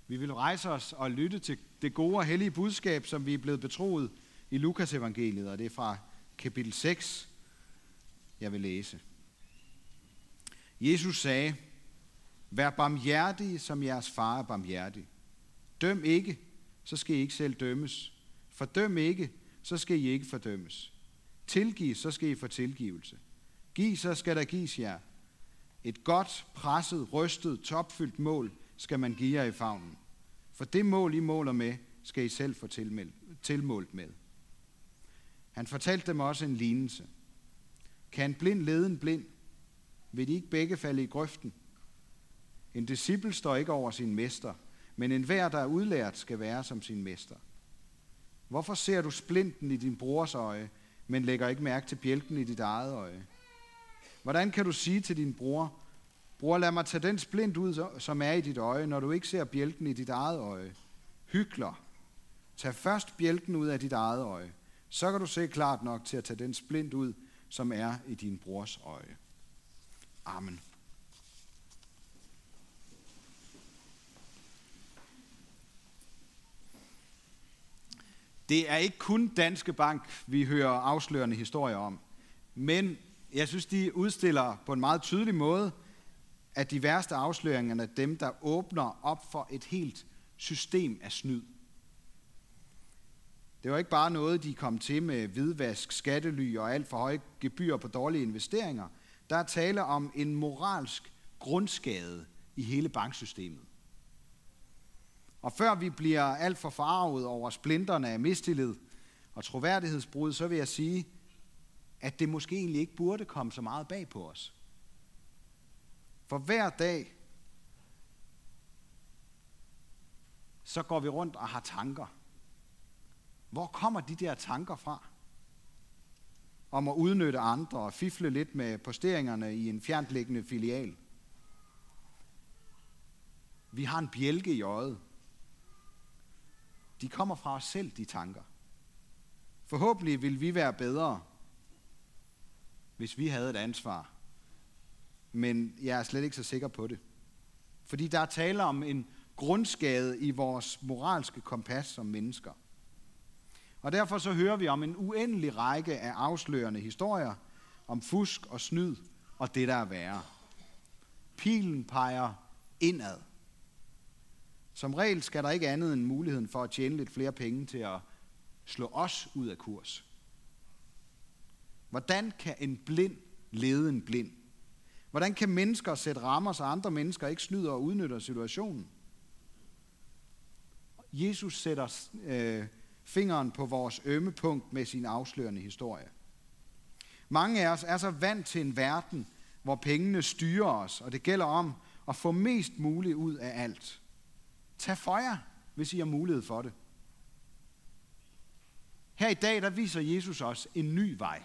Vi vil rejse os og lytte til det gode og hellige budskab, som vi er blevet betroet i Lukas evangeliet, og det er fra kapitel 6, jeg vil læse. Jesus sagde, vær barmhjertige, som jeres far er barmhjertig. Døm ikke, så skal I ikke selv dømmes. Fordøm ikke, så skal I ikke fordømmes. Tilgiv, så skal I få tilgivelse. Giv, så skal der gives jer. Et godt, presset, rystet, topfyldt mål skal man give jer i favnen. For det mål, I måler med, skal I selv få tilmålt med. Han fortalte dem også en lignelse. Kan en blind lede en blind? Vil de ikke begge falde i grøften? En disciple står ikke over sin mester, men enhver, der er udlært, skal være som sin mester. Hvorfor ser du splinten i din brors øje, men lægger ikke mærke til bjælken i dit eget øje? Hvordan kan du sige til din bror, bror, lad mig tage den splint ud, som er i dit øje, når du ikke ser bjælken i dit eget øje? Hykler. Tag først bjælken ud af dit eget øje. Så kan du se klart nok til at tage den splint ud, som er i din brors øje. Amen. Det er ikke kun Danske Bank, vi hører afslørende historier om, men jeg synes, de udstiller på en meget tydelig måde, at de værste afsløringer er dem, der åbner op for et helt system af snyd. Det var ikke bare noget, de kom til med hvidvask, skattely og alt for høje gebyrer på dårlige investeringer. Der er tale om en moralsk grundskade i hele banksystemet. Og før vi bliver alt for forarvet over splinterne af mistillid og troværdighedsbrud, så vil jeg sige, at det måske egentlig ikke burde komme så meget bag på os. For hver dag, så går vi rundt og har tanker. Hvor kommer de der tanker fra? Om at udnytte andre og fifle lidt med posteringerne i en fjerntliggende filial. Vi har en bjælke i øjet. De kommer fra os selv, de tanker. Forhåbentlig vil vi være bedre, hvis vi havde et ansvar. Men jeg er slet ikke så sikker på det. Fordi der er tale om en grundskade i vores moralske kompas som mennesker. Og derfor så hører vi om en uendelig række af afslørende historier om fusk og snyd og det, der er værre. Pilen peger indad. Som regel skal der ikke andet end muligheden for at tjene lidt flere penge til at slå os ud af kurs. Hvordan kan en blind lede en blind? Hvordan kan mennesker sætte rammer, så andre mennesker ikke snyder og udnytter situationen? Jesus sætter fingeren på vores ømme punkt med sin afslørende historie. Mange af os er så vant til en verden, hvor pengene styrer os, og det gælder om at få mest muligt ud af alt. Tag for jer, hvis I har mulighed for det. Her i dag, der viser Jesus os en ny vej.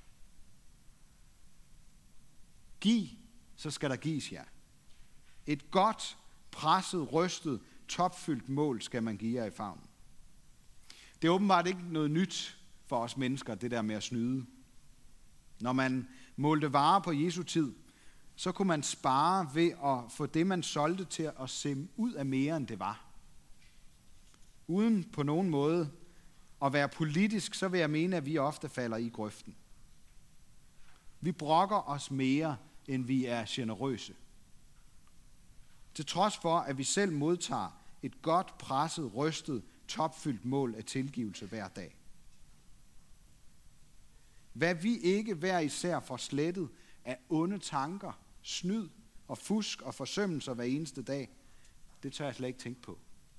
Giv, så skal der gives jer. Et godt, presset, rystet, topfyldt mål skal man give jer i favnen. Det er åbenbart ikke noget nyt for os mennesker, det der med at snyde. Når man målte varer på Jesu tid, så kunne man spare ved at få det, man solgte, til at se ud af mere, end det var. Uden på nogen måde at være politisk, så vil jeg mene, at vi ofte falder i grøften. Vi brokker os mere, end vi er generøse. Til trods for, at vi selv modtager et godt, presset, rystet, topfyldt mål af tilgivelse hver dag. Hvad vi ikke hver især får slettet af onde tanker, snyd og fusk og forsømmelser hver eneste dag, det tør jeg slet ikke tænke på.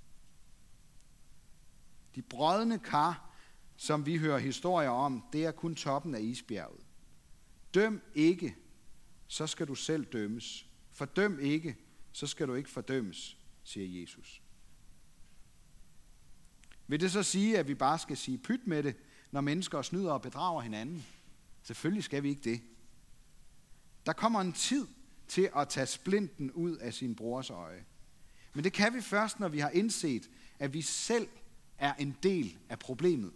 De brodne kar, som vi hører historier om, det er kun toppen af isbjerget. Døm ikke, så skal du selv dømmes. Fordøm ikke, så skal du ikke fordømmes, siger Jesus. Vil det så sige, at vi bare skal sige pyt med det, når mennesker snyder og bedrager hinanden? Selvfølgelig skal vi ikke det. Der kommer en tid til at tage splinten ud af sin brors øje. Men det kan vi først, når vi har indset, at vi selv er en del af problemet.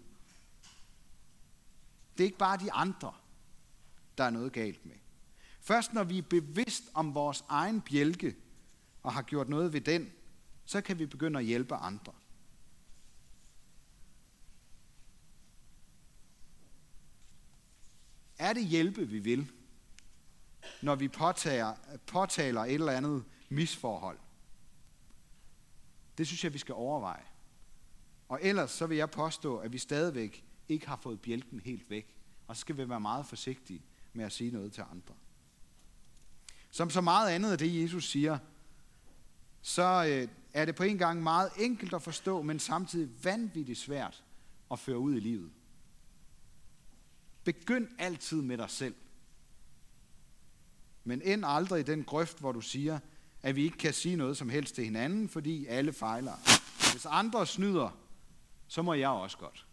Det er ikke bare de andre, der er noget galt med. Først når vi er bevidst om vores egen bjælke og har gjort noget ved den, så kan vi begynde at hjælpe andre. Er det hjælpe, vi vil, når vi påtaler et eller andet misforhold? Det synes jeg, vi skal overveje. Og ellers så vil jeg påstå, at vi stadigvæk ikke har fået bjælken helt væk. Og så skal vi være meget forsigtige med at sige noget til andre. Som så meget andet af det, Jesus siger, så er det på en gang meget enkelt at forstå, men samtidig vanvittigt svært at føre ud i livet. Begynd altid med dig selv. Men end aldrig i den grøft, hvor du siger, at vi ikke kan sige noget som helst til hinanden, fordi alle fejler. Hvis andre snyder, så må jeg også godt.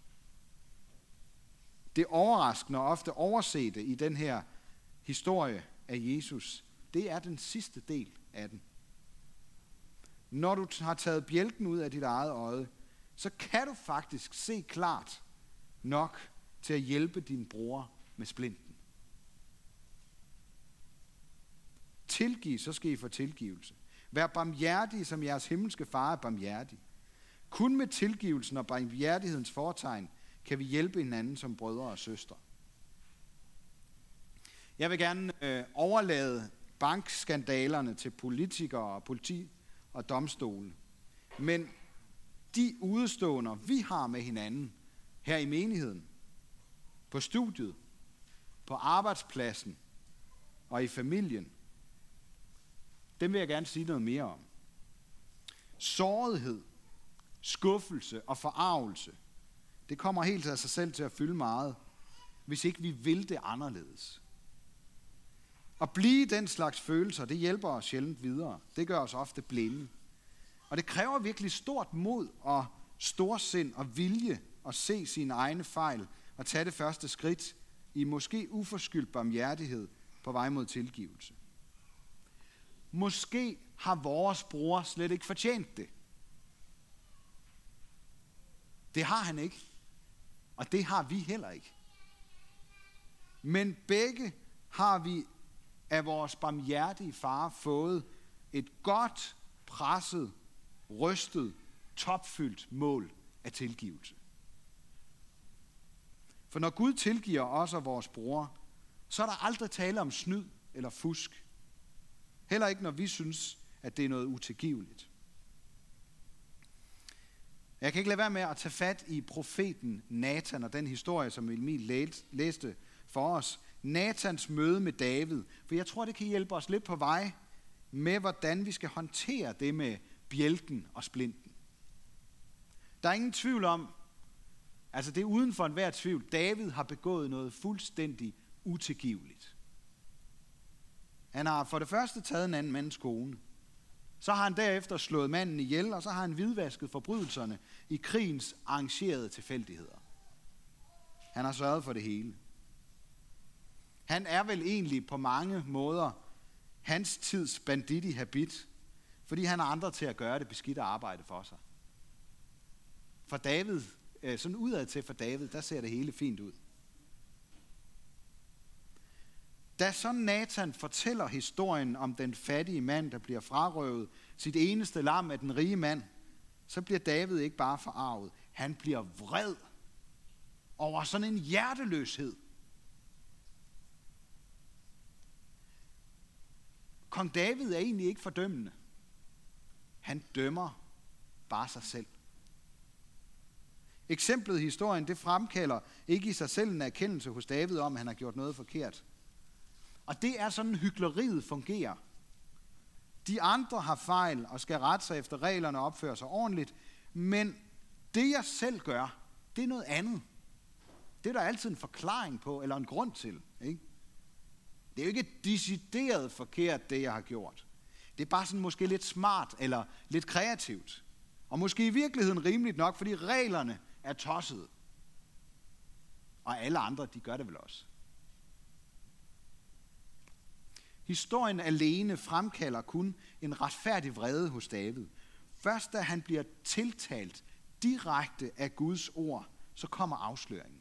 Det overraskende og ofte oversete i den her historie af Jesus, det er den sidste del af den. Når du har taget bjælken ud af dit eget øje, så kan du faktisk se klart nok til at hjælpe din bror med splinten. Tilgiv, så skal I få tilgivelse. Vær barmhjertige, som jeres himmelske far er barmhjertig. Kun med tilgivelsen og barmhjertighedens fortegn kan vi hjælpe hinanden som brødre og søstre. Jeg vil gerne overlade bankskandalerne til politikere og politi og domstole. Men de udeståender, vi har med hinanden her i menigheden, på studiet, på arbejdspladsen og i familien, dem vil jeg gerne sige noget mere om. Sårighed, skuffelse og forargelse, det kommer helt af sig selv til at fylde meget, hvis ikke vi vil det anderledes. At blive den slags følelser, det hjælper os sjældent videre. Det gør os ofte blinde. Og det kræver virkelig stort mod og storsind og vilje at se sine egne fejl og tage det første skridt i måske uforskyldt barmhjertighed på vej mod tilgivelse. Måske har vores bror slet ikke fortjent det. Det har han ikke, og det har vi heller ikke. Men begge har vi af vores barmhjertige far fået et godt, presset, rystet, topfyldt mål af tilgivelse. For når Gud tilgiver os og vores bror, så er der aldrig tale om snyd eller fusk. Heller ikke når vi synes, at det er noget utilgiveligt. Jeg kan ikke lade være med at tage fat i profeten Nathan og den historie, som Emil læste for os. Nathans møde med David. For jeg tror, det kan hjælpe os lidt på vej med, hvordan vi skal håndtere det med bjælken og splinten. Der er ingen tvivl om, altså det er uden for enhver tvivl, David har begået noget fuldstændig utilgiveligt. Han har for det første taget en anden mands kone. Så har han derefter slået manden ihjel, og så har han hvidvasket forbrydelserne i krigens arrangerede tilfældigheder. Han har sørget for det hele. Han er vel egentlig på mange måder hans tids bandit i habit, fordi han har andre til at gøre det beskidte arbejde for sig. For David, sådan udadtil for David, der ser det hele fint ud. Da så Nathan fortæller historien om den fattige mand, der bliver frarøvet sit eneste lam af den rige mand, så bliver David ikke bare forarvet. Han bliver vred over sådan en hjerteløshed. Kong David er egentlig ikke fordømmende. Han dømmer bare sig selv. Eksemplet i historien, det fremkalder ikke i sig selv en erkendelse hos David om, at han har gjort noget forkert. Og det er sådan, hykleriet fungerer. De andre har fejl og skal rette sig efter reglerne og opføre sig ordentligt, men det jeg selv gør, det er noget andet. Det er der altid en forklaring på, eller en grund til. Ikke? Det er jo ikke decideret forkert, det jeg har gjort. Det er bare sådan måske lidt smart eller lidt kreativt. Og måske i virkeligheden rimeligt nok, fordi reglerne er tossede. Og alle andre, de gør det vel også. Historien alene fremkalder kun en retfærdig vrede hos David. Først da han bliver tiltalt direkte af Guds ord, så kommer afsløringen.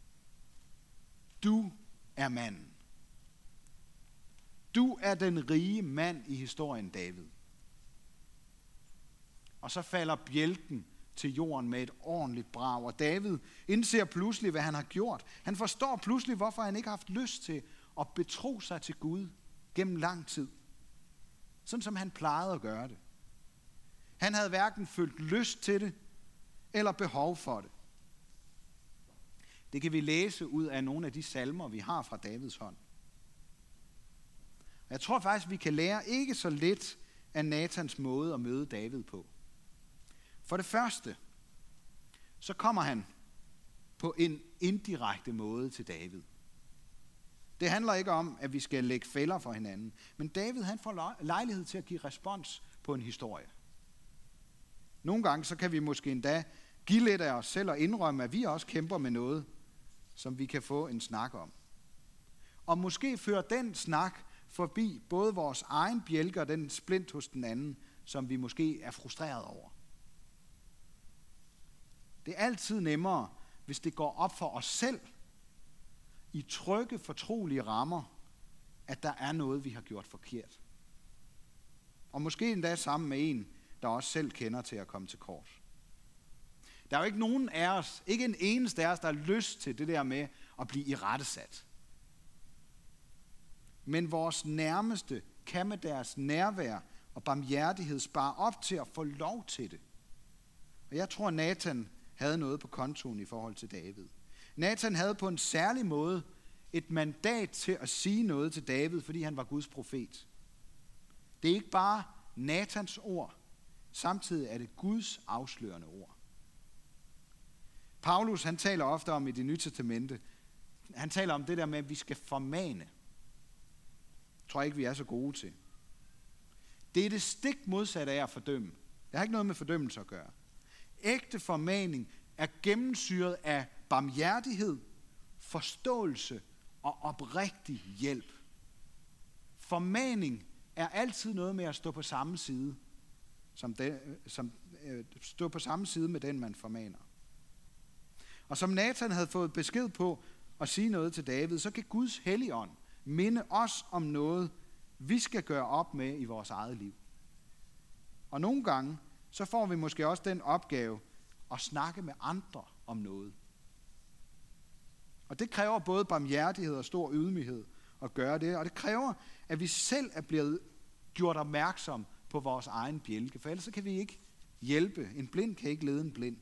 Du er manden. Du er den rige mand i historien, David. og så falder bjælken til jorden med et ordentligt brag. Og David indser pludselig, hvad han har gjort. Han forstår pludselig, hvorfor han ikke har haft lyst til at betro sig til Gud gennem lang tid. Sådan som han plejede at gøre det. Han havde hverken følt lyst til det, eller behov for det. Det kan vi læse ud af nogle af de salmer, vi har fra Davids hånd. Jeg tror faktisk, vi kan lære ikke så lidt af Natans måde at møde David på. For det første, så kommer han på en indirekte måde til David. Det handler ikke om, at vi skal lægge fælder for hinanden, men David han får lejlighed til at give respons på en historie. Nogle gange så kan vi måske endda give lidt af os selv og indrømme, at vi også kæmper med noget, som vi kan få en snak om. Og måske fører den snak forbi både vores egen bjælke og den splint hos den anden, som vi måske er frustreret over. Det er altid nemmere, hvis det går op for os selv, i trygge, fortrolige rammer, at der er noget, vi har gjort forkert. Og måske endda sammen med en, der også selv kender til at komme til kort. Der er jo ikke nogen af os, ikke en eneste af os, der har lyst til det der med at blive irettesat. Men vores nærmeste kan med deres nærvær og barmhjertighed spare op til at få lov til det. Og jeg tror, Nathan havde noget på kontoen i forhold til David. Nathan havde på en særlig måde et mandat til at sige noget til David, fordi han var Guds profet. Det er ikke bare Nathans ord, samtidig er det Guds afslørende ord. Paulus, han taler ofte om i Det Nye Testamente, han taler om det der med, at vi skal formane. Det tror jeg ikke, vi er så gode til. Det er det stik modsatte af at fordømme. Det har ikke noget med fordømmelse at gøre. Ægte formaning er gennemsyret af barmhjertighed, forståelse og oprigtig hjælp. Formaning er altid noget med at stå på samme side, stå på samme side med den, man formaner. Og som Nathan havde fået besked på at sige noget til David, så kan Guds Helligånd minde os om noget, vi skal gøre op med i vores eget liv. Og nogle gange, så får vi måske også den opgave at snakke med andre om noget. Og det kræver både barmhjertighed og stor ydmyghed at gøre det, og det kræver, at vi selv er blevet gjort opmærksom på vores egen bjælke, for ellers så kan vi ikke hjælpe. En blind kan ikke lede en blind.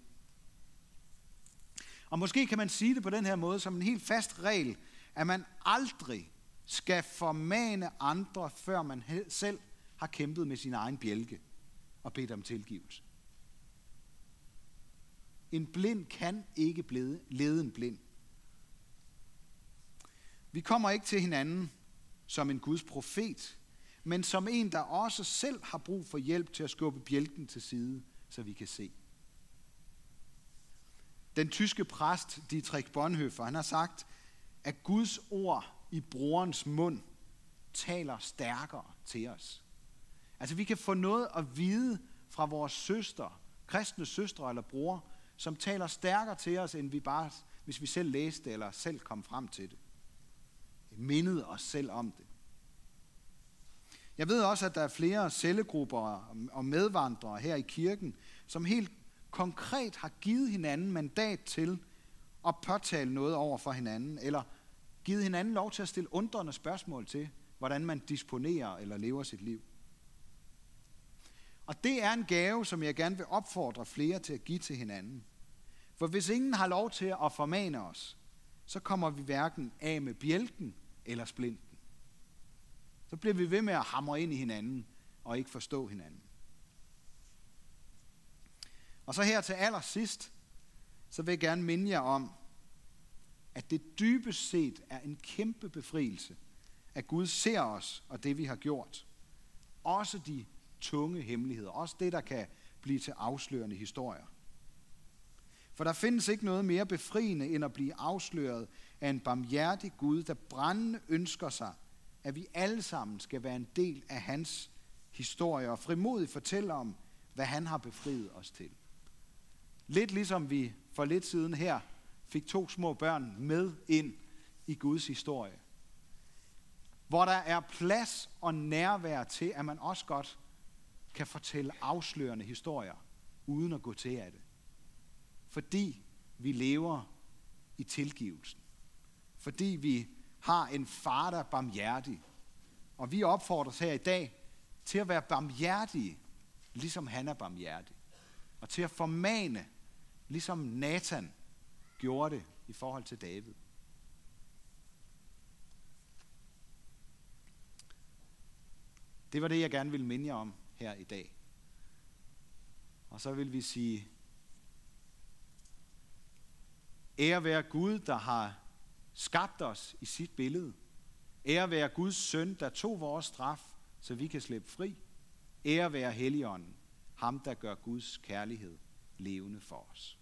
Og måske kan man sige det på den her måde som en helt fast regel, at man aldrig skal formane andre, før man selv har kæmpet med sin egen bjælke og bedt om tilgivelse. En blind kan ikke lede en blind. Vi kommer ikke til hinanden som en Guds profet, men som en, der også selv har brug for hjælp til at skubbe bjælken til side, så vi kan se. Den tyske præst Dietrich Bonhoeffer, han har sagt, at Guds ord i brorens mund taler stærkere til os. Altså vi kan få noget at vide fra vores søster, kristne søstre eller bror, som taler stærkere til os, end vi bare, hvis vi selv læste eller selv kom frem til det. Det mindede os selv om det. Jeg ved også, at der er flere cellegrupper og medvandrere her i kirken, som helt konkret har givet hinanden mandat til at påtale noget over for hinanden, eller givet hinanden lov til at stille undrende spørgsmål til, hvordan man disponerer eller lever sit liv. Og det er en gave, som jeg gerne vil opfordre flere til at give til hinanden. For hvis ingen har lov til at formane os, så kommer vi hverken af med bjælken eller splinten. Så bliver vi ved med at hamre ind i hinanden og ikke forstå hinanden. Og så her til allersidst, så vil jeg gerne minde jer om, at det dybest set er en kæmpe befrielse, at Gud ser os og det, vi har gjort. Også de tunge hemmeligheder, også det, der kan blive til afslørende historier. For der findes ikke noget mere befriende, end at blive afsløret af en barmhjertig Gud, der brændende ønsker sig, at vi alle sammen skal være en del af hans historie og frimodigt fortælle om, hvad han har befriet os til. Lidt ligesom vi for lidt siden her fik 2 små børn med ind i Guds historie. Hvor der er plads og nærvær til, at man også godt kan fortælle afslørende historier uden at gå til af det. Fordi vi lever i tilgivelsen. Fordi vi har en far, der er barmhjertig. Og vi opfordres her i dag til at være barmhjertige, ligesom han er barmhjertig. Og til at formane, ligesom Nathan gjorde det i forhold til David. Det var det, jeg gerne ville minde jer om her i dag. Og så vil vi sige, ære være Gud, der har skabt os i sit billede. Ære være Guds søn, der tog vores straf, så vi kan slippe fri. Ære være Helligånden, ham der gør Guds kærlighed levende for os.